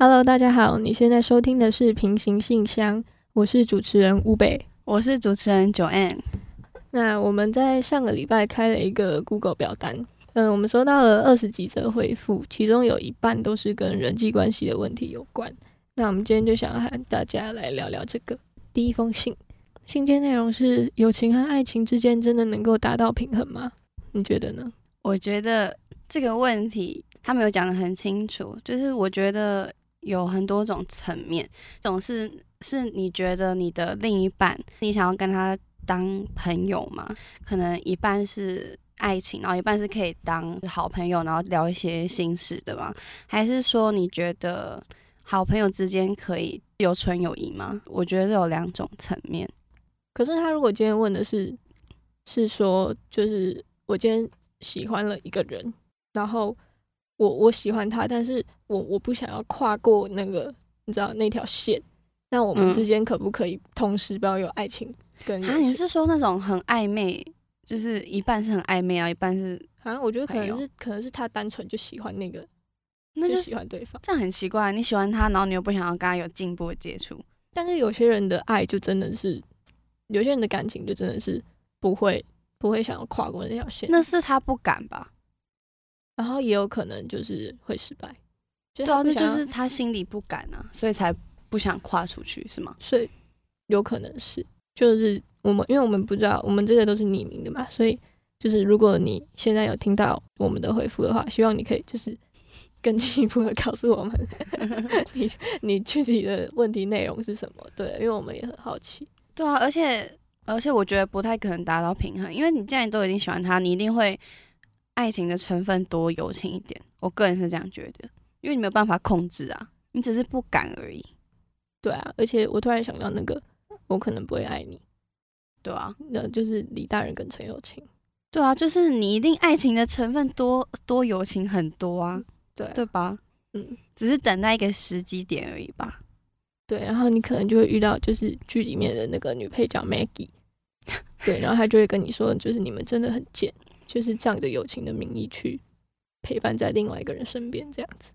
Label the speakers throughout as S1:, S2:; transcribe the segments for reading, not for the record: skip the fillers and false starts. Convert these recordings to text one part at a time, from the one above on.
S1: Hello， 大家好，你现在收听的是平行信箱，我是主持人乌北，
S2: 我是主持人 Joanne。
S1: 那我们在上个礼拜开了一个 Google 表单，我们收到了20几则回复，其中有一半都是跟人际关系的问题有关。那我们今天就想要和大家来聊聊这个。第一封信件内容是：友情和爱情之间真的能够达到平衡吗？你觉得呢？
S2: 我觉得这个问题他没有讲得很清楚，就是我觉得有很多种层面，这种是你觉得你的另一半，你想要跟他当朋友吗？可能一半是爱情，然后一半是可以当好朋友，然后聊一些心事的吗？还是说你觉得好朋友之间可以有纯友谊吗？我觉得有两种层面。
S1: 可是他如果今天问的是说，就是我今天喜欢了一个人，然后我喜欢他，但是我不想要跨过那个你知道那条线，那我们之间可不可以同时保有爱情跟友情？
S2: 你是说那种很暧昧，就是一半是很暧昧啊，一半是
S1: 我觉得可能是他单纯就喜欢那个，
S2: 那就
S1: 喜欢对方，
S2: 这样很奇怪。你喜欢他，然后你又不想要跟他有进一步的接触。
S1: 但是有些人的爱就真的是，有些人的感情就真的是不会想要跨过那条线。
S2: 那是他不敢吧？
S1: 然后也有可能就是会失败。
S2: 对啊，那就是他心里不敢啊，所以才不想跨出去，是吗？
S1: 所以有可能是，就是因为我们不知道，我们这个都是匿名的嘛，所以就是如果你现在有听到我们的回复的话，希望你可以就是更进一步的告诉我们你具体的问题内容是什么。对，因为我们也很好奇。
S2: 对啊，而且我觉得不太可能达到平衡，因为你既然都已经喜欢他，你一定会爱情的成分多，友情一点。我个人是这样觉得，因为你没有办法控制啊，你只是不敢而已。
S1: 对啊，而且我突然想到那个，我可能不会爱你。
S2: 对啊，
S1: 那就是李大人跟陈友琴。
S2: 对啊，就是你一定爱情的成分多，友情很多啊，对吧？只是等待一个时机点而已吧。
S1: 对，然后你可能就会遇到就是剧里面的那个女配角 Maggie， 对，然后她就会跟你说，就是你们真的很贱，就是仗着友情的名义去陪伴在另外一个人身边这样子。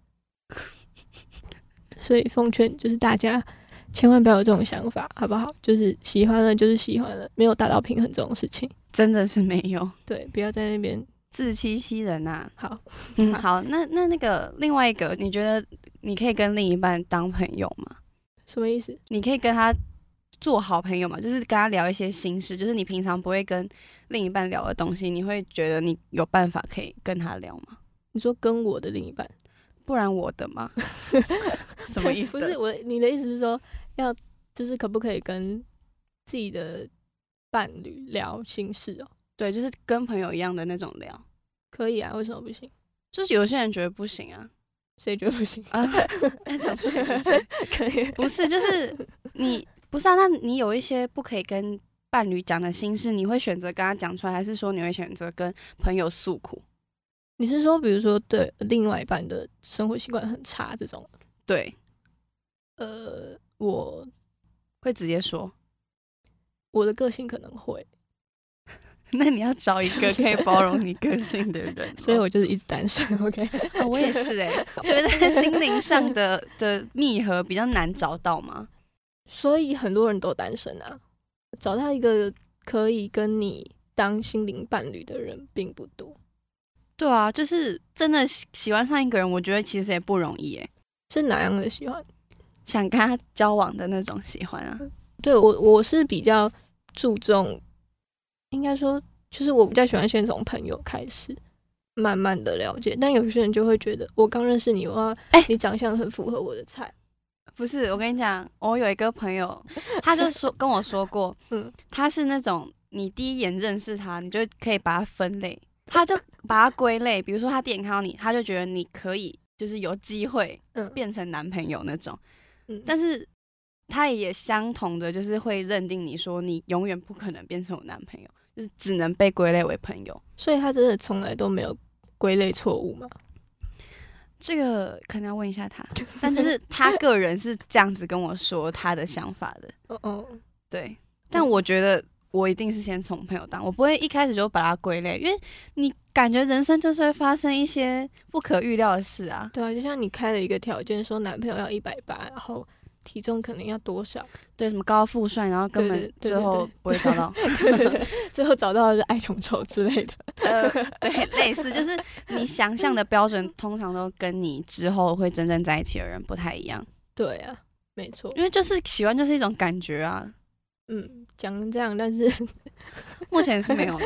S1: 所以奉劝就是大家千万不要有这种想法，好不好？就是喜欢了就是喜欢了，没有达到平衡这种事情，
S2: 真的是没有。
S1: 对，不要在那边
S2: 自欺欺人啊。
S1: 好，
S2: 好，那个另外一个，你觉得你可以跟另一半当朋友吗？
S1: 什么意思？
S2: 你可以跟他做好朋友嘛，就是跟他聊一些心事，就是你平常不会跟另一半聊的东西，你会觉得你有办法可以跟他聊吗？
S1: 你说跟我的另一半，不
S2: 然我的吗？什么意思？
S1: 不是你的意思是说要就是可不可以跟自己的伴侣聊心事哦？
S2: 对，就是跟朋友一样的那种聊，
S1: 可以啊，为什么不行？
S2: 就是有些人觉得不行啊。
S1: 谁觉得不行
S2: 啊？讲出来是不是？
S1: 可以，
S2: 不是，就是你不是啊？那你有一些不可以跟伴侣讲的心事，你会选择跟他讲出来，还是说你会选择跟朋友诉苦？
S1: 你是说，比如说对另外一半的生活习惯很差这种？
S2: 对，
S1: 我
S2: 会直接说，
S1: 我的个性可能会。
S2: 那你要找一个可以包容你个性的人，
S1: 所以我就是一直单身。OK，
S2: 我也是觉得心灵上的密合比较难找到嘛，
S1: 所以很多人都单身啊。找到一个可以跟你当心灵伴侣的人并不多。
S2: 对啊，就是真的喜欢上一个人，我觉得其实也不容易耶。
S1: 是哪样的喜欢？
S2: 想跟他交往的那种喜欢啊。
S1: 对，我是比较注重。应该说，就是我比较喜欢先从朋友开始，慢慢的了解。但有些人就会觉得，我刚认识你，你长相很符合我的菜。
S2: 不是，我跟你讲，我有一个朋友，他就跟我说过，他是那种你第一眼认识他，你就可以把他分类，他就把他归类。比如说他第一眼看到你，他就觉得你可以，就是有机会变成男朋友那种。但是他也相同的，就是会认定你说你永远不可能变成我男朋友。就是只能被归类为朋友，
S1: 所以他真的从来都没有归类错误吗？
S2: 这个可能要问一下他，但就是他个人是这样子跟我说他的想法的。对，但我觉得我一定是先从朋友当，我不会一开始就把它归类，因为你感觉人生就是会发生一些不可预料的事啊。
S1: 对啊，就像你开了一个条件，说男朋友要180，然后体重可能要多少？
S2: 对，什么高富帅，然后根本最后不会找到，
S1: 对，最后找到的是爱穷丑之类的。
S2: 对，类似就是你想象的标准，通常都跟你之后会真正在一起的人不太一样。
S1: 对啊，没错，
S2: 因为就是喜欢就是一种感觉啊。
S1: 讲成这样，但是
S2: 目前是没有啦。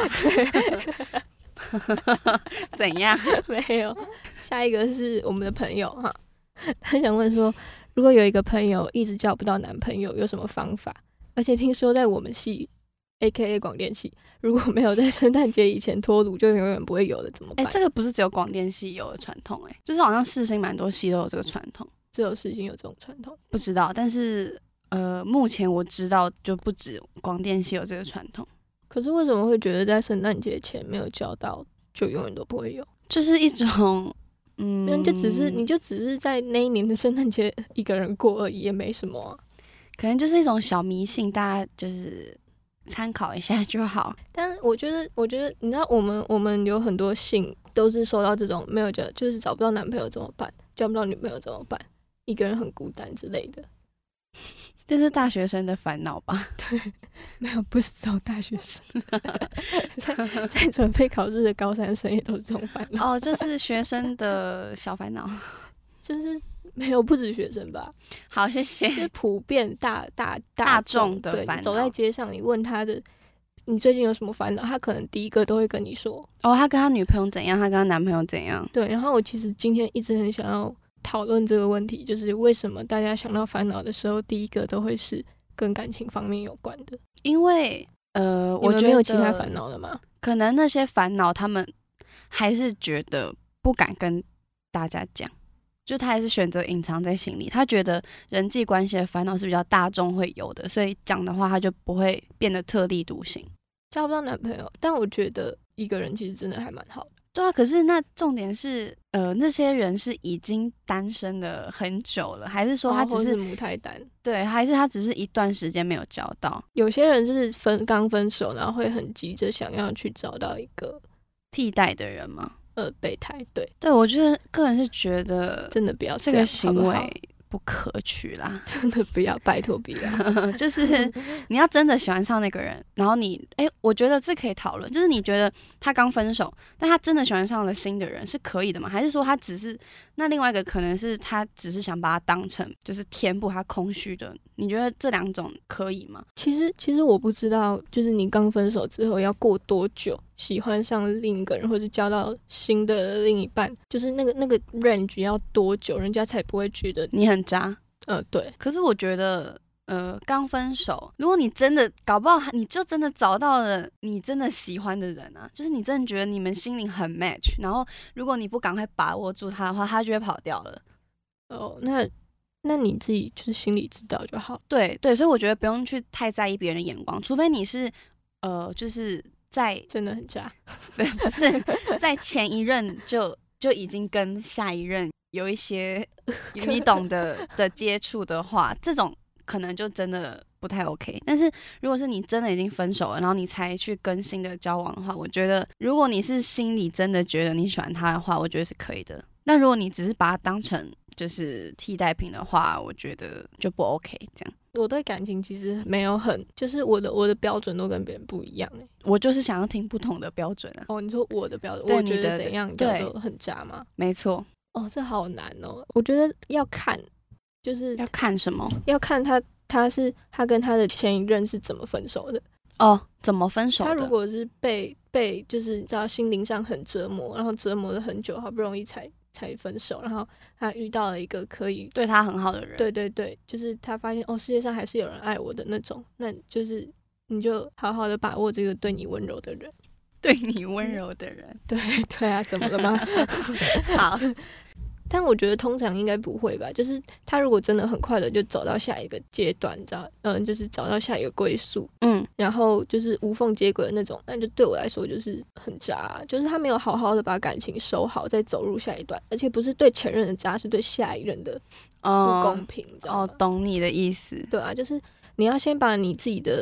S2: 怎样？
S1: 没有。下一个是我们的朋友哈，他想问说，如果有一个朋友一直交不到男朋友，有什么方法？而且听说在我们系 ，AKA 广电系，如果没有在圣诞节以前脱乳，就永远不会有的，怎么办？
S2: 这个不是只有广电系有的传统，就是好像世新蛮多系都有这个传统。
S1: 只有世新有这种传统？
S2: 不知道，但是目前我知道就不止广电系有这个传统。
S1: 可是为什么会觉得在圣诞节前没有交到，就永远都不会有？
S2: 就是一种
S1: 你就只是在那一年的圣诞节一个人过而已，也没什么啊。
S2: 可能就是一种小迷信，大家就是参考一下就好。
S1: 但我觉得，你知道，我们有很多信都是收到这种没有就是找不到男朋友怎么办，交不到女朋友怎么办，一个人很孤单之类的。
S2: 这是大学生的烦恼吧？
S1: 对，没有，不是只有大学生，在准备考试的高三生也都是这种烦恼。
S2: 就是学生的小烦恼，
S1: 就是没有不止学生吧？
S2: 好，谢谢。
S1: 就是普遍大
S2: 众的烦恼。
S1: 走在街上，你问他的，你最近有什么烦恼？他可能第一个都会跟你说，
S2: 他跟他女朋友怎样，他跟他男朋友怎样。
S1: 对，然后我其实今天一直很想要讨论这个问题，就是为什么大家想到烦恼的时候，第一个都会是跟感情方面有关的？
S2: 因为我觉得
S1: 没有其他烦恼了吗？
S2: 可能那些烦恼他们还是觉得不敢跟大家讲，就他还是选择隐藏在心里。他觉得人际关系的烦恼是比较大众会有的，所以讲的话他就不会变得特立独行。
S1: 交不到男朋友，但我觉得一个人其实真的还蛮好的。
S2: 对啊，可是那重点是，那些人是已经单身了很久了，还是说他只是
S1: 母胎单？
S2: 对，还是他只是一段时间没有交到？
S1: 有些人是刚分手，然后会很急着想要去找到一个
S2: 替代的人吗？
S1: 备胎，对，
S2: 我觉得个人是觉得
S1: 真的不要
S2: 这个行为不可取啦，
S1: 真的不要，拜托不要。
S2: 就是你要真的喜欢上那个人，然后我觉得这可以讨论，就是你觉得他刚分手，但他真的喜欢上了新的人是可以的吗？还是说他只是那另外一个可能是他只是想把他当成就是填补他空虚的？你觉得这两种可以吗？
S1: 其实我不知道，就是你刚分手之后要过多久喜欢上另一个人，或是交到新的另一半，就是那个 range 要多久，人家才不会觉得
S2: 你很渣？
S1: 对。
S2: 可是我觉得，刚分手，如果你真的搞不好，你就真的找到了你真的喜欢的人啊，就是你真的觉得你们心灵很 match， 然后如果你不赶快把握住他的话，他就会跑掉了。
S1: 那你自己就是心里知道就好。
S2: 对，所以我觉得不用去太在意别人的眼光，除非你是就是在
S1: 真的很渣，
S2: 不是在前一任就已经跟下一任有一些你懂的接触的话，这种可能就真的不太 OK。但是如果是你真的已经分手了，然后你才去跟新的交往的话，我觉得如果你是心里真的觉得你喜欢他的话，我觉得是可以的。那如果你只是把他当成就是替代品的话，我觉得就不 OK。这样，
S1: 我对感情其实没有就是我的标准都跟别人不一样
S2: 我就是想要听不同的标准啊。
S1: 你说我的标准，我觉得怎样叫做很渣吗？
S2: 没错。
S1: 这好难哦。我觉得要看，就是
S2: 要看什么？
S1: 要看他跟他的前一任是怎么分手的。
S2: 怎么分手的？
S1: 他如果是被就是知道心灵上很折磨，然后折磨了很久，好不容易才分手，然后他遇到了一个可以
S2: 对他很好的人，
S1: 对，就是他发现世界上还是有人爱我的那种，那就是你就好好的把握这个对你温柔的人，
S2: 对你温柔的人，
S1: 对啊，怎么了吗？
S2: 好，
S1: 但我觉得通常应该不会吧，就是他如果真的很快的就走到下一个阶段，你知道，就是找到下一个归宿，然后就是无缝接轨的那种，那就对我来说就是很渣，就是他没有好好的把感情收好，再走入下一段，而且不是对前任的渣，是对下一任的不公平，你知道吗？
S2: 懂你的意思。
S1: 对啊，就是你要先把你自己的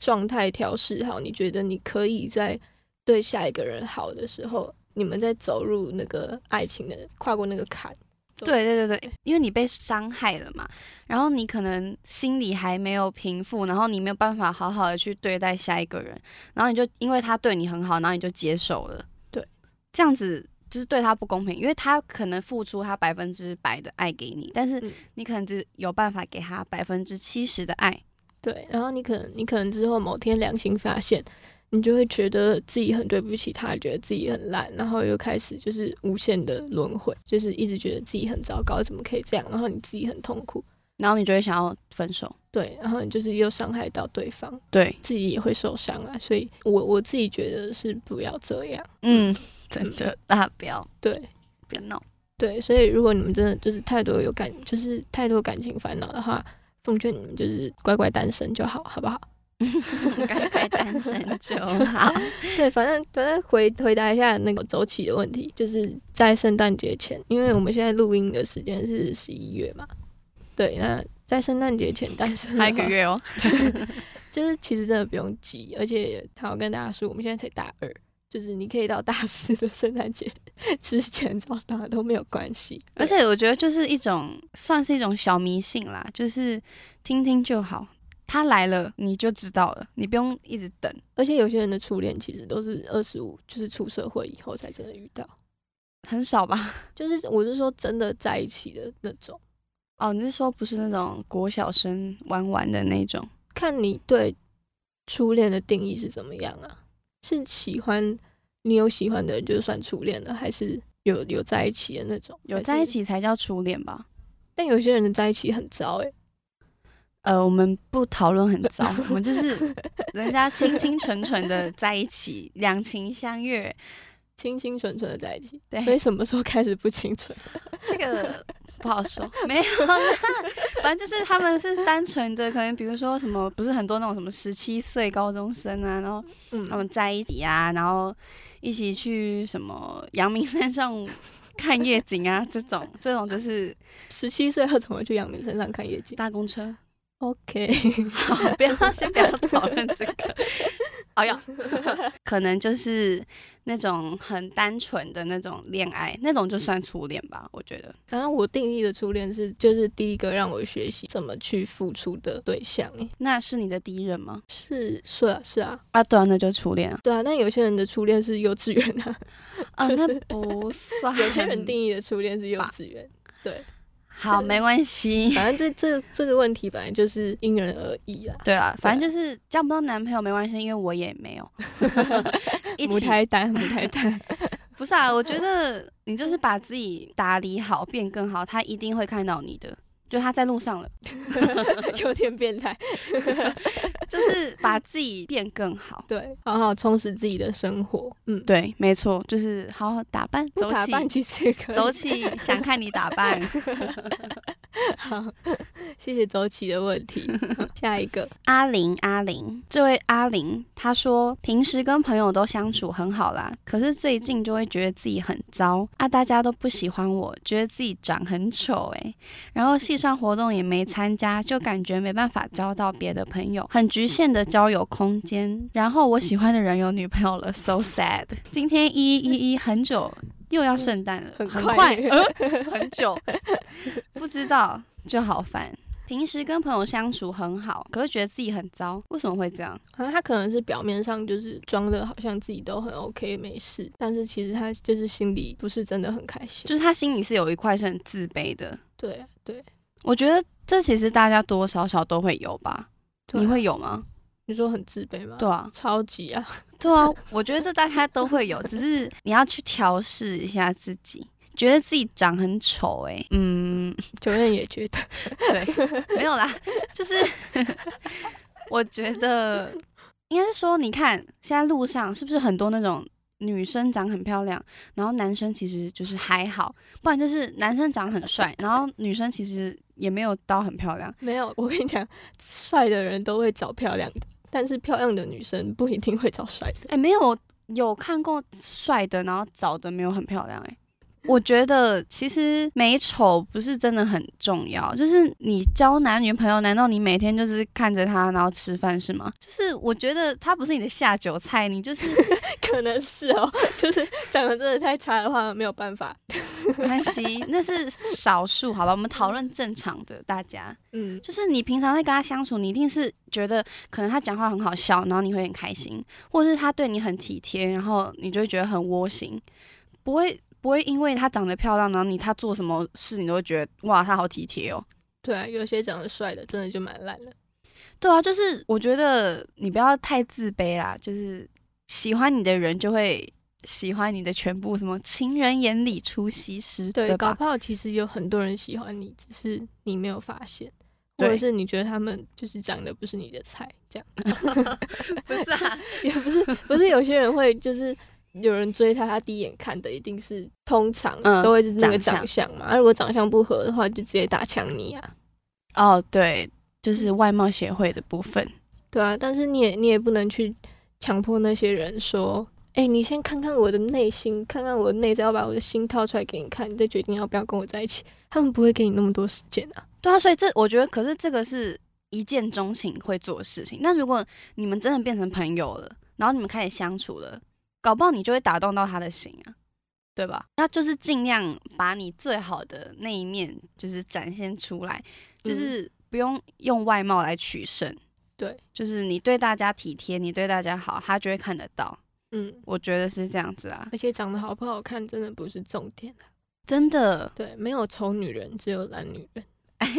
S1: 状态调试好，你觉得你可以在对下一个人好的时候，你们再走入那个爱情的跨过那个坎。
S2: 对对对对，因为你被伤害了嘛，然后你可能心里还没有平复，然后你没有办法好好的去对待下一个人，然后你就因为他对你很好，然后你就接受了。
S1: 对，
S2: 这样子就是对他不公平，因为他可能付出他100%的爱给你，但是你可能只有办法给他70%的爱。
S1: 对，然后你可能之后某天良心发现，你就会觉得自己很对不起他，觉得自己很烂，然后又开始就是无限的轮回，就是一直觉得自己很糟糕，怎么可以这样？然后你自己很痛苦，
S2: 然后你就会想要分手。
S1: 对，然后你就是又伤害到对方，
S2: 对，
S1: 自己也会受伤啊。所以我自己觉得是不要这样。
S2: 真的，大家不要闹。
S1: 对，所以如果你们真的就是太多感情烦恼的话，奉劝你们就是乖乖单身就好，好不好？
S2: 乖乖单身就好。
S1: 对，反正回答一下那个走起的问题，就是在圣诞节前，因为我们现在录音的时间是11月嘛，对，那在圣诞节前单身
S2: 还有1个月哦，
S1: 就是其实真的不用急，而且好跟大家说，我们现在才大2，就是你可以到大4的圣诞节之前找到都没有关系。
S2: 而且我觉得就是算是一种小迷信啦，就是听听就好。他来了你就知道了，你不用一直等。
S1: 而且有些人的初恋其实都是25，就是出社会以后才真的遇到，
S2: 很少吧？
S1: 就是我是说真的在一起的那种。
S2: 哦，你是说不是那种国小生玩玩的那种？
S1: 看你对初恋的定义是怎么样啊？是你有喜欢的人就算初恋了，还是有在一起的那种？
S2: 有在一起才叫初恋吧？
S1: 但有些人的在一起很糟
S2: 我们不讨论很糟，我们就是人家清清纯纯的在一起，两情相悦，
S1: 清清纯纯的在一起。
S2: 对，
S1: 所以什么时候开始不清纯？
S2: 这个不好说，没有啦。反正就是他们是单纯的，可能比如说什么，不是很多那种什么17岁高中生啊，然后他们在一起啊，然后一起去什么阳明山上看夜景啊，这种就是
S1: 17岁要怎么去阳明山上看夜景？
S2: 搭公车。
S1: OK，
S2: 好，先不要讨论这个。哎呀，可能就是那种很单纯的那种恋爱，那种就算初恋吧，我觉得。
S1: 然后我定义的初恋就是第一个让我学习怎么去付出的对象。
S2: 那是你的第一任吗？
S1: 是啊。
S2: 对啊，那就初恋啊。
S1: 对啊，但有些人的初恋是幼稚园啊。
S2: 那不算。
S1: 有些人定义的初恋是幼稚园，对。
S2: 好，没关系。
S1: 反正这个问题本来就是因人而异啦。
S2: 对啊，反正就是交不到男朋友没关系，因为我也没有。
S1: 母胎单。
S2: 不是啊，我觉得你就是把自己打理好，变更好，他一定会看到你的。就他在路上了。
S1: 有点变态。
S2: 就是把自己变更好，
S1: 对，好好充实自己的生活。
S2: 对，没错，就是好好打扮，走起，
S1: 打扮其实也可以，
S2: 走起，想看你打扮。
S1: 好，谢谢周琦的问题。下一个，
S2: 阿玲，这位阿玲，她说平时跟朋友都相处很好啦，可是最近就会觉得自己很糟啊，大家都不喜欢我，觉得自己长很丑然后系上活动也没参加，就感觉没办法交到别的朋友，很局限的交友空间。然后我喜欢的人有女朋友了 ，so sad。今天1111很久。又要圣诞了，很快，很久，不知道就好烦。平时跟朋友相处很好，可是觉得自己很糟，为什么会这样？
S1: 好像他可能是表面上就是装的好像自己都很 OK 没事，但是其实他就是心里不是真的很开心，
S2: 就是他心里是有一块是很自卑的。
S1: 对，
S2: 我觉得这其实大家多多少少都会有吧？你会有吗？
S1: 你说很自卑吗？
S2: 对啊，
S1: 超级啊。
S2: 对啊，我觉得这大家都会有，只是你要去调试一下自己。觉得自己长很丑
S1: 九任也觉得。
S2: 对，没有啦，就是我觉得应该是说，你看现在路上是不是很多那种女生长很漂亮，然后男生其实就是还好，不然就是男生长很帅，然后女生其实也没有到很漂亮。
S1: 没有，我跟你讲，帅的人都会找漂亮的，但是漂亮的女生不一定会找帅的。
S2: 没有看过帅的，然后找的没有很漂亮我觉得其实美丑不是真的很重要，就是你交男女朋友，难道你每天就是看着他然后吃饭是吗？就是我觉得他不是你的下酒菜，你就是
S1: 可能是哦，就是长得真的太差的话没有办法。
S2: 没关系，那是少数，好吧？我们讨论正常的，大家，就是你平常在跟他相处，你一定是觉得可能他讲话很好笑，然后你会很开心，或者是他对你很体贴，然后你就会觉得很窝心，不会因为他长得漂亮，然后他做什么事你都会觉得哇他好体贴哦。
S1: 对啊，有些长得帅的真的就蛮烂的。
S2: 对啊，就是我觉得你不要太自卑啦，就是喜欢你的人就会喜欢你的全部，什么情人眼里出西施，对吧？
S1: 搞不好其实有很多人喜欢你，只是你没有发现，或者是你觉得他们就是长得不是你的菜，这样。
S2: 不是啊，
S1: 也不是有些人会就是有人追他，他第一眼看的一定是通常都会是那个长相嘛，如果长相不合的话，就直接打枪你啊。
S2: 哦，对，就是外貌协会的部分。
S1: 对啊，但是你也不能去强迫那些人说，你先看看我的内心，看看我的内在，要把我的心掏出来给你看，你再决定要不要跟我在一起。他们不会给你那么多时间啊。
S2: 对啊，所以我觉得，可是这个是一见钟情会做的事情。那如果你们真的变成朋友了，然后你们开始相处了，搞不好你就会打动到他的心啊，对吧？那就是尽量把你最好的那一面就是展现出来，就是不用用外貌来取胜。
S1: 对，
S2: 就是你对大家体贴，你对大家好，他就会看得到。我觉得是这样子啊。
S1: 而且长得好不好看真的不是重点啊，
S2: 真的。
S1: 对，没有丑女人，只有懒女人。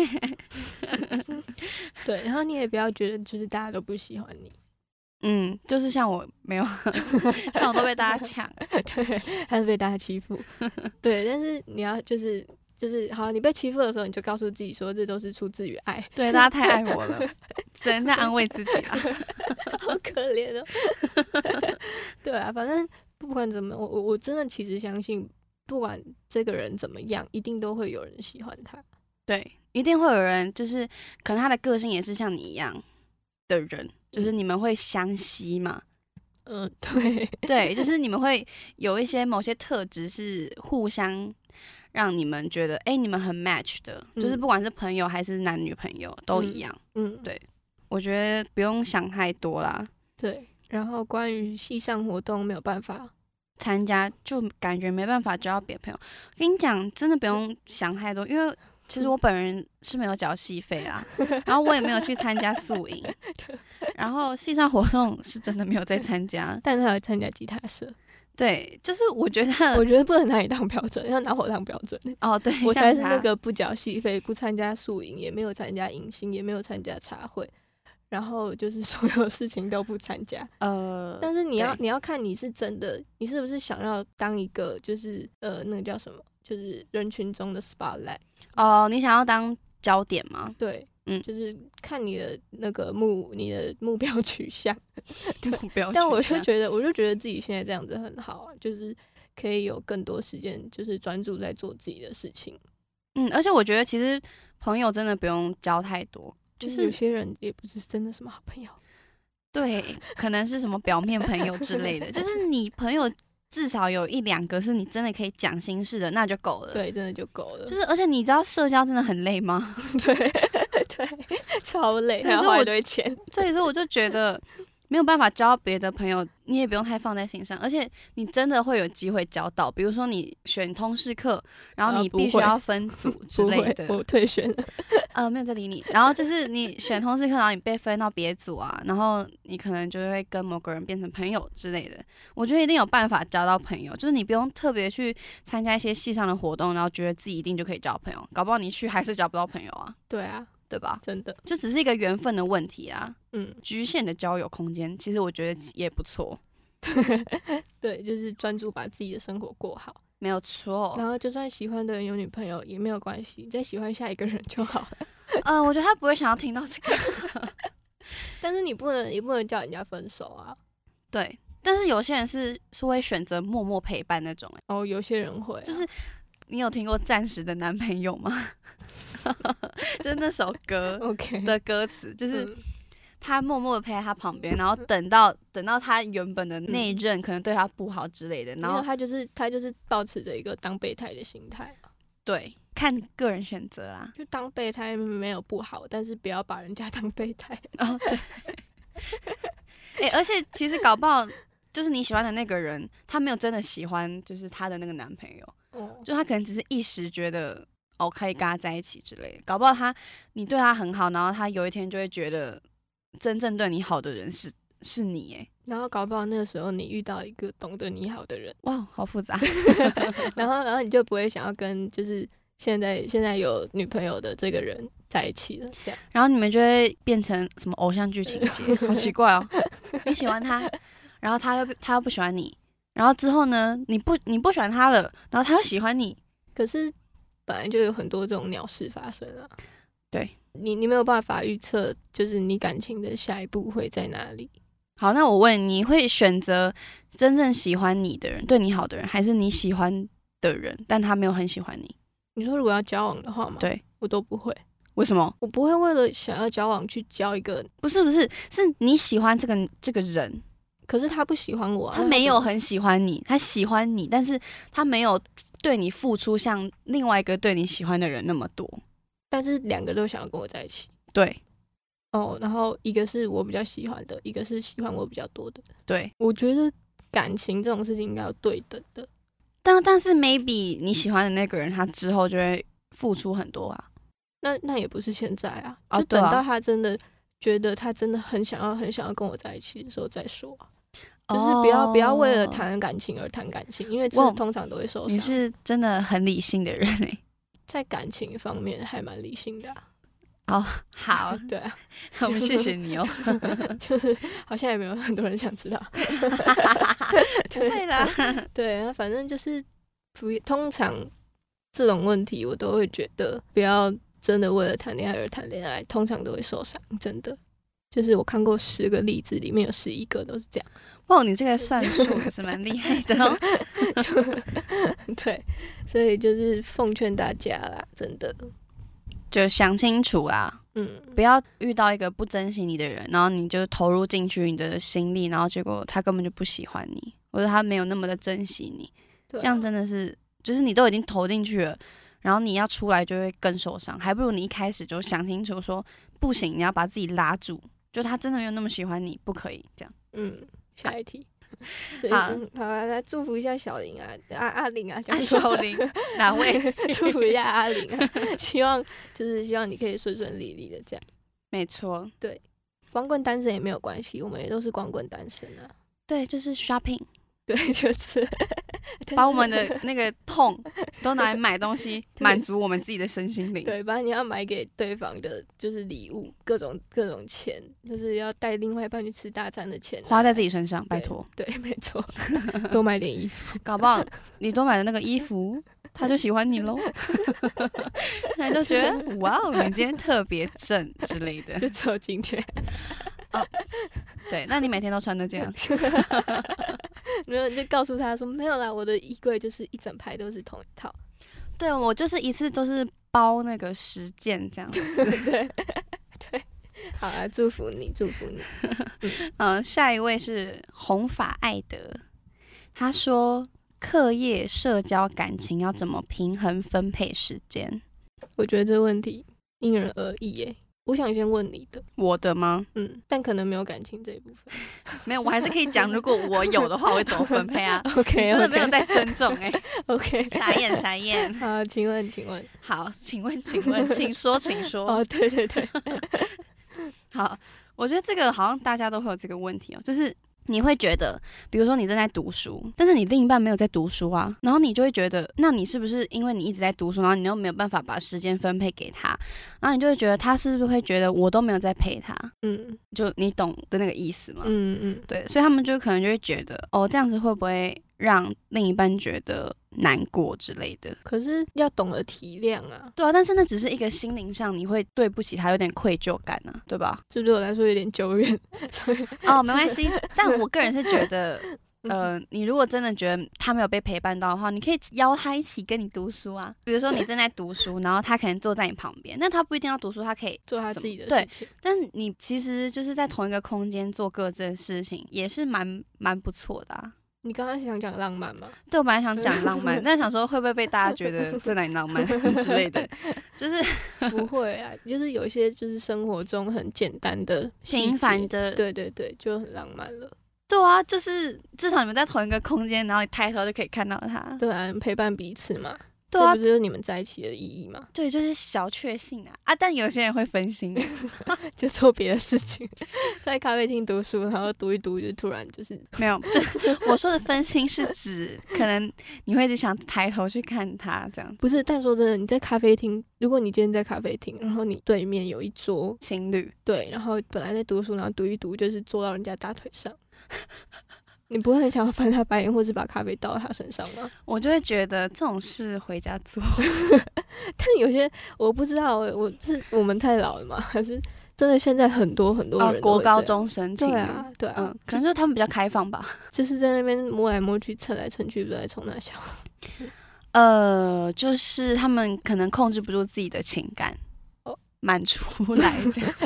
S1: 对，然后你也不要觉得就是大家都不喜欢你。
S2: 就是像我没有，像我都被大家抢，
S1: 对，还是被大家欺负。对，但是你要就是好，你被欺负的时候，你就告诉自己说，这都是出自于爱。
S2: 对，大家太爱我了，只能这样安慰自己啦。
S1: 好可怜哦。对啊，反正不管怎么，我真的其实相信，不管这个人怎么样，一定都会有人喜欢他。
S2: 对，一定会有人，就是可能他的个性也是像你一样的人，就是你们会相吸嘛。
S1: 对
S2: 对，就是你们会有一些某些特质是互相让你们觉得，你们很 match 的，就是不管是朋友还是男女朋友都一样。对，我觉得不用想太多啦。
S1: 对，然后关于系上活动没有办法
S2: 参加，就感觉没办法交到别的朋友。跟你讲，真的不用想太多，因为其实我本人是没有缴系费啦，然后我也没有去参加宿营，然后系上活动是真的没有在参加，
S1: 但是他有参加吉他社。
S2: 对，就是我觉得
S1: 不能拿你当标准，要拿我当标准。
S2: 哦，对，
S1: 我才是那个不缴系费、不参加宿营，也没有参加迎新，也没有参加茶会，然后就是所有事情都不参加。但是你要看你是真的，你是不是想要当一个就是那个叫什么，就是人群中的 spotlight。
S2: 你想要当焦点吗？
S1: 对。就是看你的那个你的目标取向。但我就觉得自己现在这样子很好啊，就是可以有更多时间，就是专注在做自己的事情。
S2: 而且我觉得其实朋友真的不用交太多，就是
S1: 有些人也不是真的什么好朋友。
S2: 对，可能是什么表面朋友之类的，就是你朋友至少有1-2个是你真的可以讲心事的，那就够了。
S1: 对，真的就够了。
S2: 就是而且你知道社交真的很累吗？
S1: 对，超累，还要花一堆钱。
S2: 所以说我就觉得没有办法交别的朋友，你也不用太放在心上，而且你真的会有机会交到，比如说你选通识课，然后你必须要分组之类的。
S1: 我退选了。
S2: 没有在理你。然后就是你选通识课，然后你被分到别组啊，然后你可能就会跟某个人变成朋友之类的。我觉得一定有办法交到朋友，就是你不用特别去参加一些系上的活动，然后觉得自己一定就可以交朋友，搞不好你去还是交不到朋友啊。
S1: 对啊。
S2: 对吧？
S1: 真的，
S2: 就只是一个缘分的问题啊。局限的交友空间，其实我觉得也不错。
S1: 对，就是专注把自己的生活过好，
S2: 没有错。
S1: 然后就算喜欢的人有女朋友也没有关系，再喜欢下一个人就好。
S2: 我觉得他不会想要听到这个。
S1: 但是你不能叫人家分手啊。
S2: 对，但是有些人是会选择默默陪伴那种。
S1: 有些人会
S2: 就是你有听过暂时的男朋友吗？就是那首歌的歌词，就是他默默的陪在他旁边，然后等到他原本的那一任可能对他不好之类的，然后
S1: 他就是抱持着一个当备胎的心态。
S2: 对，看个人选择啊，
S1: 就当备胎没有不好，但是不要把人家当备胎。
S2: 哦，对。而且其实搞不好就是你喜欢的那个人，他没有真的喜欢就是他的那个男朋友，就他可能只是一时觉得可以跟他在一起之类的，搞不好你对他很好，然后他有一天就会觉得真正对你好的人是你
S1: 然后搞不好那个时候你遇到一个懂得你好的人，
S2: 哇，好复杂。
S1: 然后你就不会想要跟就是现在有女朋友的这个人在一起了，这样，
S2: 然后你们就会变成什么偶像剧情节，好奇怪哦。你喜欢他，然后他又不喜欢你，然后之后呢，你不喜欢他了，然后他又喜欢你，
S1: 可是本来就有很多这种鸟事发生啊。
S2: 对，
S1: 你没有办法预测，就是你感情的下一步会在哪里。
S2: 好，那我问你，会选择真正喜欢你的人，对你好的人，还是你喜欢的人，但他没有很喜欢你？
S1: 你说如果要交往的话吗？
S2: 对，
S1: 我都不会。
S2: 为什么？
S1: 我不会为了想要交往去交一个，
S2: 不是，是你喜欢这个人，
S1: 可是他不喜欢我啊。
S2: 他没有很喜欢你，他喜欢你，但是他没有对你付出像另外一个对你喜欢的人那么多。
S1: 但是两个都想要跟我在一起。
S2: 对。
S1: 然后一个是我比较喜欢的，一个是喜欢我比较多的。
S2: 对，
S1: 我觉得感情这种事情应该要对等的。
S2: 但是 maybe 你喜欢的那个人，他之后就会付出很多啊。
S1: 那也不是现在啊，就等到他真的觉得他真的很想要跟我在一起的时候再说啊。就是不要为了谈感情而谈感情，因为这通常都会受伤。
S2: 你是真的很理性的人
S1: 在感情方面还蛮理性的啊。
S2: 好，
S1: 对啊，
S2: 我们谢谢你哦。
S1: 就是好像也没有很多人想知道。
S2: 对啦，
S1: 对，反正就是通常这种问题我都会觉得不要真的为了谈恋爱而谈恋爱，通常都会受伤，真的。就是我看过10个例子，里面有11个都是这样。
S2: 哇，你这个算数也是蛮厉害的哦。
S1: 对，所以就是奉劝大家啦，真的。
S2: 就想清楚啊，不要遇到一个不珍惜你的人，然后你就投入进去你的心力，然后结果他根本就不喜欢你，或者他没有那么的珍惜你，这样真的是，就是你都已经投进去了，然后你要出来就会更受伤，还不如你一开始就想清楚说，不行，你要把自己拉住，就他真的没有那么喜欢你，不可以这样。
S1: 下一题。
S2: 好，
S1: 来祝福一下小林啊，阿玲啊，
S2: 小林哪位？
S1: 祝福一下阿玲啊，希望你可以顺顺利利的这样。
S2: 没错，
S1: 对，光棍单身也没有关系，我们也都是光棍单身啊。
S2: 对，就是 shopping。
S1: 对，就是
S2: 把我们的那个痛都拿来买东西，满足我们自己的身心灵。
S1: 对，把你要买给对方的就是礼物，各种钱，就是要带另外一半去吃大餐的钱，
S2: 花在自己身上，拜托。
S1: 对，没错，多买点衣服，
S2: 搞不好你多买的那个衣服，他就喜欢你喽。他就觉得哇哦，你今天特别正之类的，
S1: 就只有今天。
S2: 对，那你每天都穿的这样？
S1: 没有，你就告诉他说没有啦，我的衣柜就是一整排都是同一套。
S2: 对，我就是一次都是包那个10件这样子。
S1: 对，好啦，祝福你。
S2: 下一位是红发爱德，他说课业、社交、感情要怎么平衡分配时间？
S1: 我觉得这个问题因人而异耶。我想先问你的，
S2: 我的吗？
S1: 但可能没有感情这一部分。
S2: 没有，我还是可以讲，如果我有的话，我会怎么分配啊
S1: ？OK，
S2: 真的没有在尊重
S1: OK，
S2: 傻眼。
S1: 好，请问。
S2: 好，请问，请说。
S1: 哦，对。
S2: 好，我觉得这个好像大家都会有这个问题哦，就是你会觉得，比如说你正在读书，但是你另一半没有在读书啊，然后你就会觉得，那你是不是因为你一直在读书，然后你又没有办法把时间分配给他，然后你就会觉得他是不是会觉得我都没有在陪他？就你懂的那个意思吗？对，所以他们就可能就会觉得，这样子会不会让另一半觉得难过之类的？
S1: 可是要懂得体谅啊。
S2: 对啊，但是那只是一个心灵上你会对不起他，有点愧疚感啊，对吧？
S1: 这对我来说有点久远，所以
S2: 没关系。但我个人是觉得， 你如果真的觉得他没有被陪伴到的话，你可以邀他一起跟你读书啊。比如说你正在读书，然后他可能坐在你旁边，那他不一定要读书，他可以
S1: 做他自己的事情。
S2: 对，但你其实就是在同一个空间做各自的事情，也是蛮不错的啊。
S1: 你刚刚想讲浪漫吗？
S2: 对，我本来想讲浪漫，但想说会不会被大家觉得这哪里浪漫之类的，就是
S1: 不会啊，就是有一些就是生活中很简单的
S2: 平凡的，
S1: 对对对，就很浪漫了。
S2: 对啊，就是至少你们在同一个空间，然后你抬头就可以看到他。
S1: 对啊，陪伴彼此嘛。
S2: 对啊，
S1: 这不就是你们在一起的意义吗？
S2: 对，就是小确幸啊！但有些人会分心，
S1: 就做别的事情，在咖啡厅读书，然后读一读，就突然就是
S2: 没有。就是我说的分心是指，可能你会一直想抬头去看他这样。
S1: 不是，但说真的，你在咖啡厅，如果你今天在咖啡厅，然后你对面有一桌
S2: 情侣，
S1: 对，然后本来在读书，然后读一读，就是坐到人家大腿上。你不会很想要翻他白眼，或是把咖啡倒到他身上吗？
S2: 我就会觉得这种事回家做。
S1: 但有些我不知道，我们太老了吗？还是真的现在很多人
S2: 国高中生情侣，
S1: 对啊，
S2: 可能就是他们比较开放吧。
S1: 就是在那边摸来摸去、蹭来蹭去，不知道在冲哪笑。
S2: 就是他们可能控制不住自己的情感，满出来这样。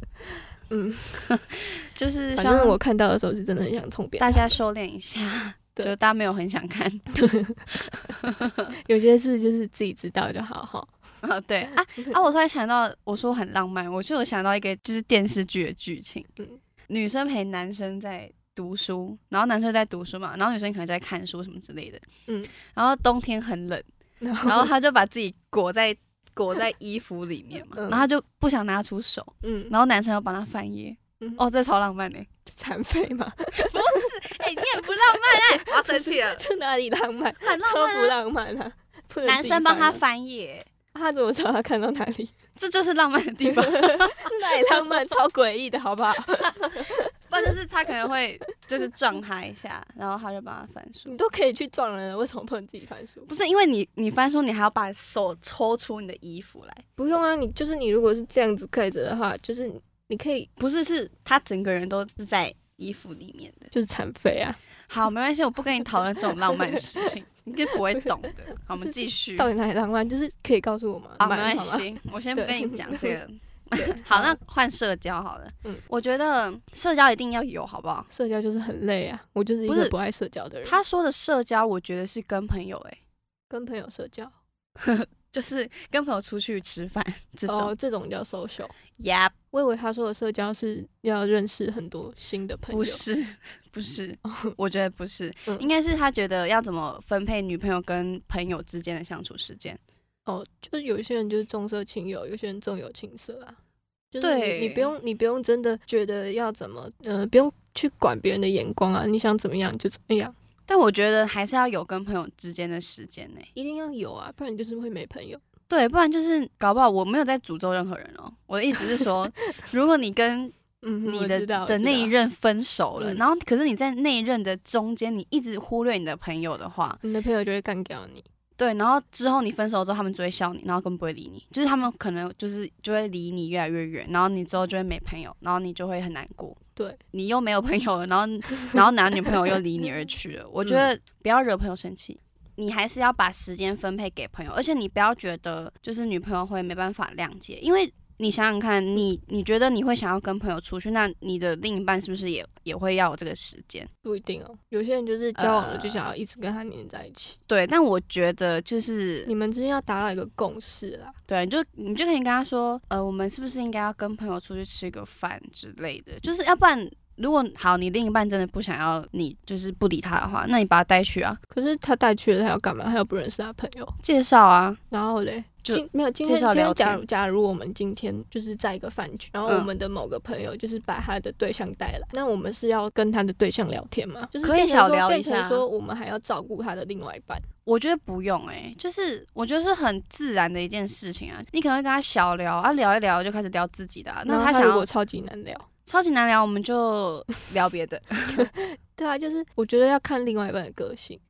S2: 就是
S1: 反正我看到的时候是真的很想冲别人。
S2: 大家收敛一下，就大家没有很想看。
S1: 有些事就是自己知道就好哈。
S2: 对啊，我突然想到，我说很浪漫，我就有想到一个就是电视剧的剧情，女生陪男生在读书，然后男生在读书嘛，然后女生可能在看书什么之类的，然后冬天很冷，然后他就把自己裹在衣服里面嘛，然后他就不想拿出手，然后男生要帮他翻页，这超浪漫的，
S1: 残废吗？
S2: 不是，你很不浪漫我要生气了，
S1: 这哪里浪漫？
S2: 很浪漫，
S1: 超不浪漫啊！
S2: 男生帮他翻页，
S1: 他怎么知道他看到哪里？
S2: 这就是浪漫的地方，
S1: 哪里浪漫？超诡异的，好不好？
S2: 不然就是他可能会就是撞他一下，然后他就帮他翻书。
S1: 你都可以去撞人了，为什么不能自己翻书？
S2: 不是因为你翻书，你还要把手抽出你的衣服来。
S1: 不用啊，你如果是这样子盖着的话，就是你可以，
S2: 不是他整个人都是在衣服里面的，
S1: 就是残废啊。
S2: 好，没关系，我不跟你讨论这种浪漫的事情，你是不会懂的。好，我们继续。
S1: 到底哪里浪漫？就是可以告诉我吗？
S2: 好，没关系，我先不跟你讲这个。好，那换社交好了。我觉得社交一定要有，好不好？
S1: 社交就是很累啊，我就是一个不爱社交的人。
S2: 他说的社交，我觉得是跟朋友，
S1: 跟朋友社交，
S2: 就是跟朋友出去吃饭这种，
S1: 这种叫 social。
S2: Yep，
S1: 我以为他说的社交是要认识很多新的朋友。
S2: 不是，我觉得不是，应该是他觉得要怎么分配女朋友跟朋友之间的相处时间。
S1: 就是有些人就是重色轻友，有些人重友轻色啊。就是你不用真的觉得要怎么，不用去管别人的眼光啊，你想怎么样就怎么样。
S2: 但我觉得还是要有跟朋友之间的时间
S1: 一定要有啊，不然你就是会没朋友。
S2: 对，不然就是搞不好我没有在诅咒任何人哦。我的意思是说，如果你跟你的那一任分手了，然后可是你在那一任的中间，你一直忽略你的朋友的话，
S1: 你的朋友就会干掉你。
S2: 对，然后之后你分手之后，他们就会笑你，然后根本不会理你，就是他们可能就会离你越来越远，然后你之后就会没朋友，然后你就会很难过。
S1: 对，
S2: 你又没有朋友了，然后男女朋友又离你而去了。我觉得不要惹朋友生气，你还是要把时间分配给朋友，而且你不要觉得就是女朋友会没办法谅解，因为你想想看，你觉得你会想要跟朋友出去，那你的另一半是不是也会要有这个时间？
S1: 不一定哦，有些人就是交往了就想要一直跟他黏在一起。
S2: 对，但我觉得就是
S1: 你们之间要达到一个共识啦。
S2: 对，你就可以跟他说，我们是不是应该要跟朋友出去吃个饭之类的？就是要不然。如果好，你另一半真的不想要你，就是不理他的话，那你把他带去啊。
S1: 可是他带去了，他要干嘛？他又不认识他朋友。
S2: 介绍啊。
S1: 然后嘞，今
S2: 介绍聊
S1: 天假如我们今天就是在一个饭局，然后我们的某个朋友就是把他的对象带来，那我们是要跟他的对象聊天吗？就是
S2: 可以小聊一下，
S1: 变成说我们还要照顾他的另外一半。
S2: 我觉得不用就是我觉得是很自然的一件事情啊。你可能会跟他小聊啊，聊一聊就开始聊自己的那
S1: 他如果超级难聊。
S2: 超级难聊，我们就聊别的。
S1: 对啊，就是我觉得要看另外一半的个性。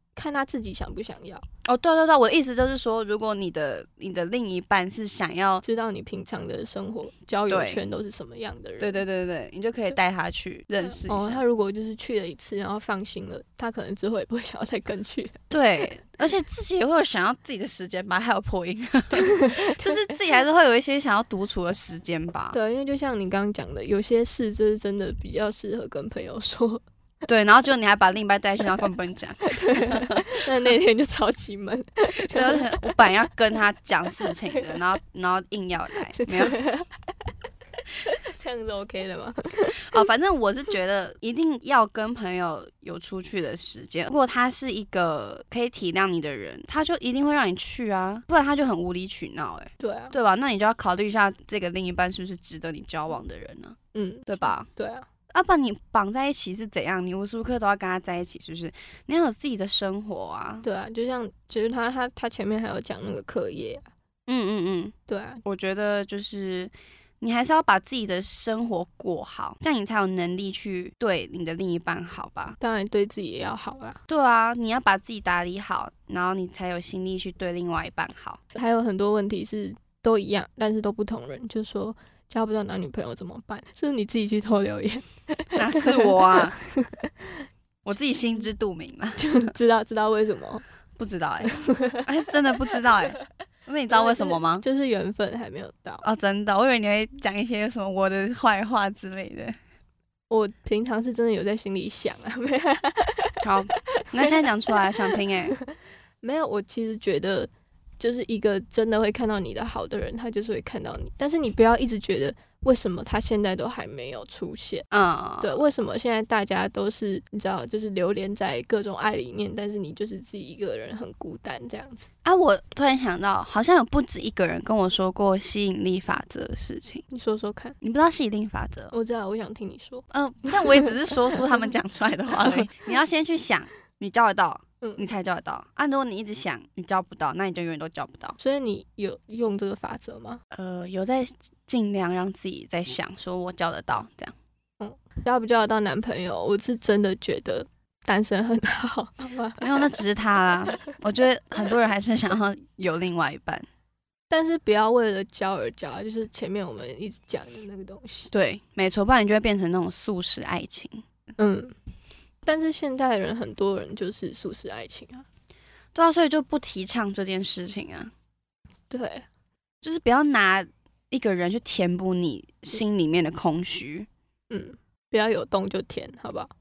S1: 看他自己想不想要。
S2: 哦，对对对，我的意思就是说，如果你的另一半是想要
S1: 知道你平常的生活交友圈都是什么样的人，
S2: 对对对对，你就可以带他去认识一下。
S1: 他如果就是去了一次，然后放心了，他可能之后也不会想要再跟去。
S2: 对，而且自己也会有想要自己的时间吧，还有破音，就是自己还是会有一些想要独处的时间吧。
S1: 对，因为就像你刚刚讲的，有些事就是真的比较适合跟朋友说。
S2: 对，然后结果你还把另一半带去，然后根本不能讲。
S1: 对，那天就超级闷。
S2: 对，而且我本来要跟他讲事情的，然后硬要来，没有。
S1: 这样子 OK 的吗？
S2: 哦，反正我是觉得一定要跟朋友有出去的时间。如果他是一个可以体谅你的人，他就一定会让你去啊，不然他就很无理取闹，
S1: 对啊，
S2: 对吧？那你就要考虑一下这个另一半是不是值得你交往的人呢？对吧？
S1: 对啊。
S2: 要不然你绑在一起是怎样？你无时无刻都要跟他在一起，是不是？你要有自己的生活啊。
S1: 对啊，就像其实他前面还有讲那个课业啊。对啊，
S2: 我觉得就是你还是要把自己的生活过好，这样你才有能力去对你的另一半好吧？
S1: 当然对自己也要好啦。
S2: 对啊，你要把自己打理好，然后你才有心力去对另外一半好。
S1: 还有很多问题是都一样，但是都不同人，就说交不到男女朋友怎么办？是你自己去偷留言。
S2: 哪是我啊？我自己心知肚明了。
S1: 就知道为什么？
S2: 不知道真的不知道那你知道为什么吗？
S1: 就是缘分还没有到。
S2: 哦，真的，我以为你会讲一些什么我的坏话之类的。
S1: 我平常是真的有在心里想啊。
S2: 好，那现在讲出来，想听
S1: 没有，我其实觉得就是一个真的会看到你的好的人，他就是会看到你，但是你不要一直觉得为什么他现在都还没有出现。对，为什么现在大家都是你知道，就是流连在各种爱里面，但是你就是自己一个人很孤单这样子
S2: 啊。我突然想到，好像有不止一个人跟我说过吸引力法则的事情，
S1: 你说说看。
S2: 你不知道吸引力法则？
S1: 我知道，我想听你说。
S2: 但我也只是说出他们讲出来的话而已。你要先去想，你交得到。你才交得到啊！如果你一直想你交不到，那你就永远都交不到。
S1: 所以你有用这个法则吗？
S2: 有在尽量让自己在想，说我交得到这样。
S1: 交不交得到男朋友，我是真的觉得单身很好，好吗？
S2: 没有，那只是他啦。我觉得很多人还是想要有另外一半，
S1: 但是不要为了交而交，就是前面我们一直讲的那个东西。
S2: 对，没错，不然你就会变成那种速食爱情。
S1: 但是现代人很多人就是速食爱情啊。
S2: 对啊，所以就不提倡这件事情啊。
S1: 对，
S2: 就是不要拿一个人去填补你心里面的空虚。
S1: 不要有洞就填，好不好？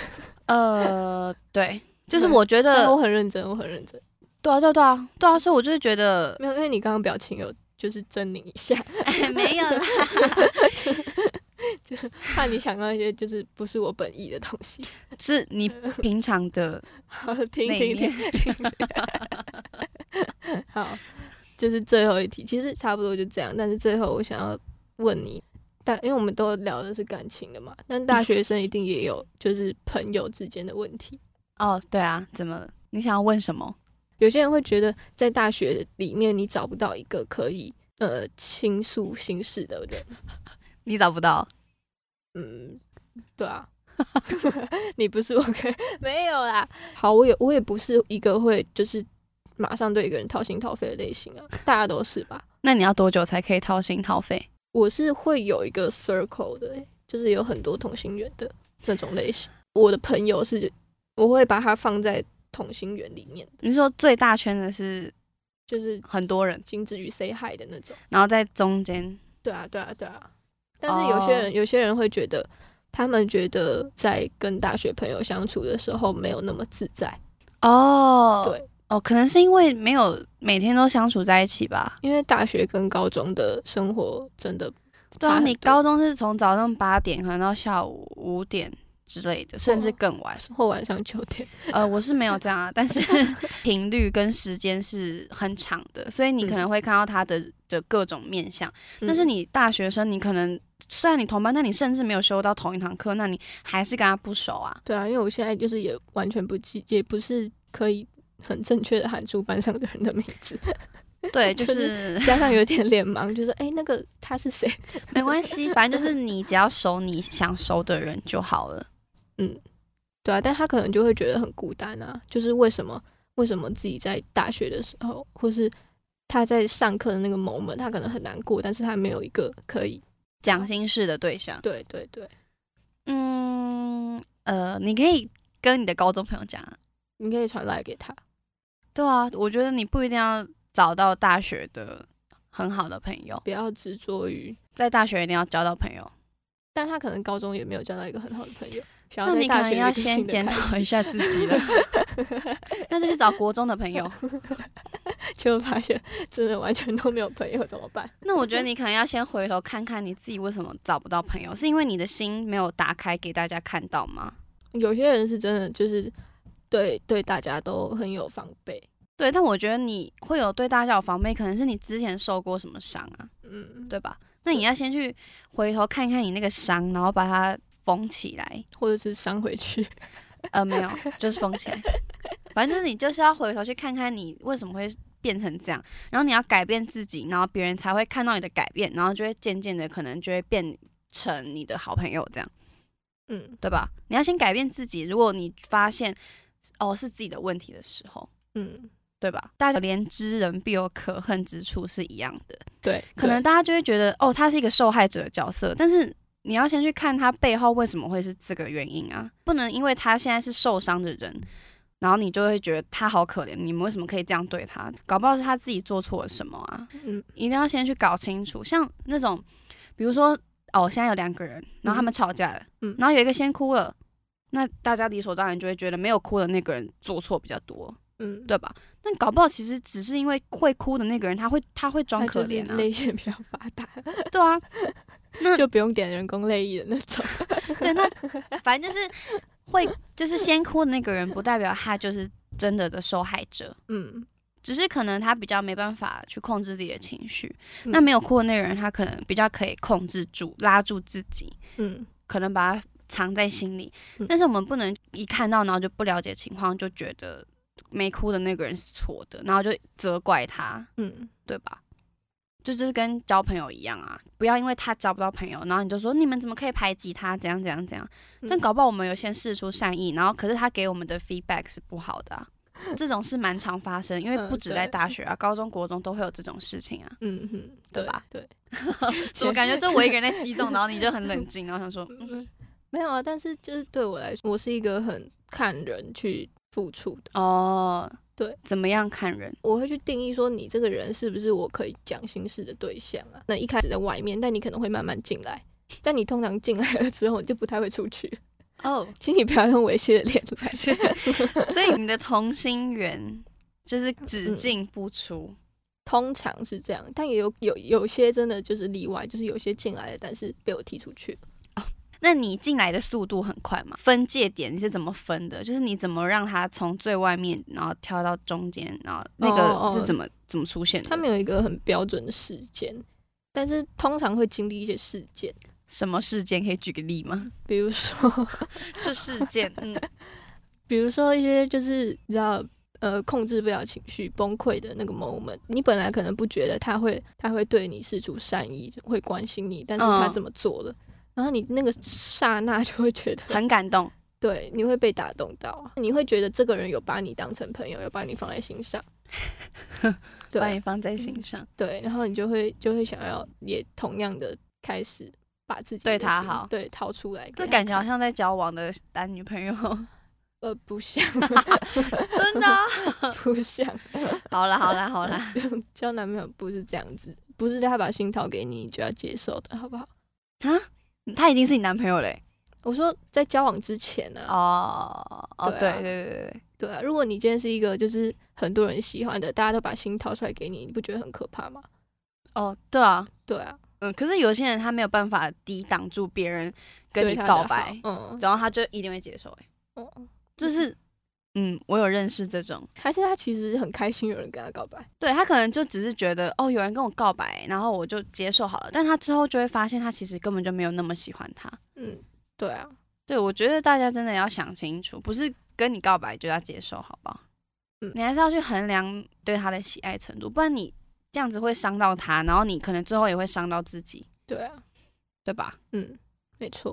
S2: 对，就是我觉得
S1: 我很认真。
S2: 对啊，所以我就是觉得
S1: 没有，因为你刚刚表情有就是狰狞一下。
S2: 没有啦。
S1: 就怕你想到一些就是不是我本意的东西，
S2: 是你平常的
S1: 听。好，就是最后一题，其实差不多就这样。但是最后我想要问你，因为我们都聊的是感情的嘛，但大学生一定也有就是朋友之间的问题。
S2: 对啊，怎么了？你想要问什么？
S1: 有些人会觉得在大学里面你找不到一个可以倾诉心事的人。
S2: 你找不到？
S1: 对啊。你不是我没有啦。好，我也不是一个会就是马上对一个人掏心掏肺的类型啊，大家都是吧？
S2: 那你要多久才可以掏心掏肺？
S1: 我是会有一个 circle 的，就是有很多同心圆的那种类型。我的朋友是，我会把它放在同心圆里面的。
S2: 你说最大圈的是，
S1: 就是
S2: 很多人，
S1: 仅止于 say hi 的那种，
S2: 然后在中间。
S1: 对啊。但是有些人会觉得，他们觉得在跟大学朋友相处的时候没有那么自在。对。
S2: 可能是因为没有每天都相处在一起吧。
S1: 因为大学跟高中的生活真的
S2: 对啊，你高中是从早上8点可能到下午5点之类的，甚至更晚，
S1: 或晚上9点。
S2: 我是没有这样啊，但是频率跟时间是很长的，所以你可能会看到他的各种面向。但是你大学生，你可能虽然你同班，但你甚至没有修到同一堂课，那你还是跟他不熟啊。
S1: 对啊，因为我现在就是也完全不记，也不是可以很正确的喊出班上的人的名字。
S2: 对，就是
S1: 加上有点脸盲，就是那个他是谁？
S2: 没关系，反正就是你只要熟你想熟的人就好了。
S1: 对啊，但他可能就会觉得很孤单啊，就是为什么自己在大学的时候，或是他在上课的那个 moment， 他可能很难过，但是他没有一个可以
S2: 讲心事的对象。
S1: 对对对，
S2: 你可以跟你的高中朋友讲啊。
S1: 你可以传来给他。
S2: 对啊，我觉得你不一定要找到大学的很好的朋友，
S1: 不要执着于
S2: 在大学一定要交到朋友，
S1: 但他可能高中也没有交到一个很好的朋友，想
S2: 那你可
S1: 要在大学
S2: 能要先检讨一下自己了。那就去找国中的朋友。
S1: 就发现真的完全都没有朋友，怎么办？
S2: 那我觉得你可能要先回头看看你自己为什么找不到朋友，是因为你的心没有打开给大家看到吗？
S1: 有些人是真的就是对大家都很有防备。
S2: 对，但我觉得你会有对大家有防备，可能是你之前受过什么伤啊，对吧？那你要先去回头看看你那个伤，然后把它缝起来，
S1: 或者是伤回去。
S2: 没有，就是封起来。反正就是你就是要回头去看看你为什么会变成这样，然后你要改变自己，然后别人才会看到你的改变，然后就会渐渐的可能就会变成你的好朋友这样，对吧？你要先改变自己，如果你发现是自己的问题的时候，对吧？大家怜之人必有可恨之处是一样的，
S1: 对，
S2: 可能大家就会觉得他是一个受害者的角色，但是你要先去看他背后为什么会是这个原因啊，不能因为他现在是受伤的人，然后你就会觉得他好可怜，你们为什么可以这样对他？搞不好是他自己做错了什么啊？一定要先去搞清楚。像那种，比如说现在有2个人，然后他们吵架了，然后有一个先哭了，那大家理所当然就会觉得没有哭的那个人做错比较多，对吧？但搞不好其实只是因为会哭的那个人他会装可怜啊，
S1: 泪腺比较发达，
S2: 对啊，那
S1: 就不用点人工泪液的那种。
S2: 对，那反正就是先哭的那个人，不代表他就是真的受害者，只是可能他比较没办法去控制自己的情绪。那没有哭的那个人，他可能比较可以控制住、拉住自己，可能把它藏在心里。但是我们不能一看到，然后就不了解情况，就觉得没哭的那个人是错的，然后就责怪他，对吧？就是跟交朋友一样啊，不要因为他交不到朋友，然后你就说你们怎么可以排挤他，怎样怎样怎样。但搞不好我们有先释出善意，然后可是他给我们的 feedback 是不好的啊。这种事蛮常发生，因为不止在大学啊，高中、国中都会有这种事情啊，对吧？
S1: 对。
S2: 怎么感觉就我一个人在激动，然后你就很冷静，然后想说，
S1: 没有啊，但是就是对我来说，我是一个很看人去付出的。对，
S2: 怎么样看人？
S1: 我会去定义说你这个人是不是我可以讲心事的对象啊？那一开始在外面，但你可能会慢慢进来，但你通常进来了之后，你就不太会出去。请你不要用猥亵的脸来。
S2: 所以你的同心圆就是只进不出，
S1: 通常是这样，但也有些真的就是例外，就是有些进来了，但是被我踢出去了。
S2: 那你进来的速度很快吗？分界点你是怎么分的？就是你怎么让他从最外面，然后跳到中间，然后那个是怎么出现的？
S1: 他们有一个很标准的时间，但是通常会经历一些事件。
S2: 什么事件？可以举个例吗？
S1: 比如说
S2: 这事件，
S1: 比如说一些就是你知道控制不了情绪崩溃的那个 moment， 你本来可能不觉得他会对你释出善意，会关心你，但是他这么做了。然后你那个刹那就会觉得
S2: 很感动，
S1: 对，你会被打动到，你会觉得这个人有把你当成朋友，有把你放在心上，
S2: 把你放在心上，
S1: 对，然后你就会想要也同样的开始把自己
S2: 对他好，
S1: 对，掏出来，
S2: 那感觉好像在交往的男女朋友，
S1: 不像，
S2: 真的、啊、
S1: 不像。
S2: 好啦，
S1: 交男朋友不是这样子，不是他把心掏给你，你就要接受的，好不好？
S2: 啊，他已经是你男朋友嘞？
S1: 我说在交往之前啊。对啊，如果你今天是一个就是很多人喜欢的，大家都把心掏出来给你，你不觉得很可怕吗？
S2: 对啊，可是有些人他没有办法抵挡住别人跟你告白，然后他就一定会接受，就是我有认识这种，
S1: 还是他其实很开心有人跟他告白，
S2: 对，他可能就只是觉得有人跟我告白，然后我就接受好了，但他之后就会发现他其实根本就没有那么喜欢他。
S1: 对啊，
S2: 对，我觉得大家真的要想清楚，不是跟你告白就要接受，好不好？你还是要去衡量对他的喜爱程度，不然你这样子会伤到他，然后你可能最后也会伤到自己。
S1: 对啊，
S2: 对吧？
S1: 没错。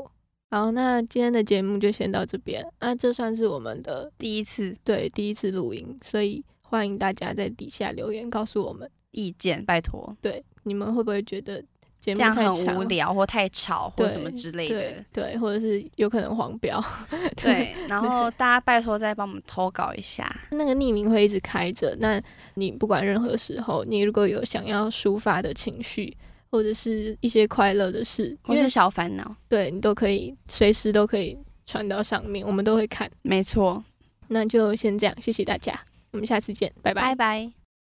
S1: 好，那今天的节目就先到这边。这算是我们的
S2: 第一次
S1: 录音，所以欢迎大家在底下留言告诉我们
S2: 意见，拜托。
S1: 对，你们会不会觉得节目
S2: 这样
S1: 太
S2: 很无聊或太吵或什么之类的？
S1: 对，或者是有可能黄标。
S2: 对，然后大家拜托再帮我们投稿一下。
S1: 那个匿名会一直开着，那你不管任何时候，你如果有想要抒发的情绪，或者是一些快乐的事，
S2: 或是小烦恼，
S1: 对你都可以随时都可以传到上面，我们都会看。
S2: 没错，
S1: 那就先这样，谢谢大家，我们下次见，拜拜，
S2: 拜拜。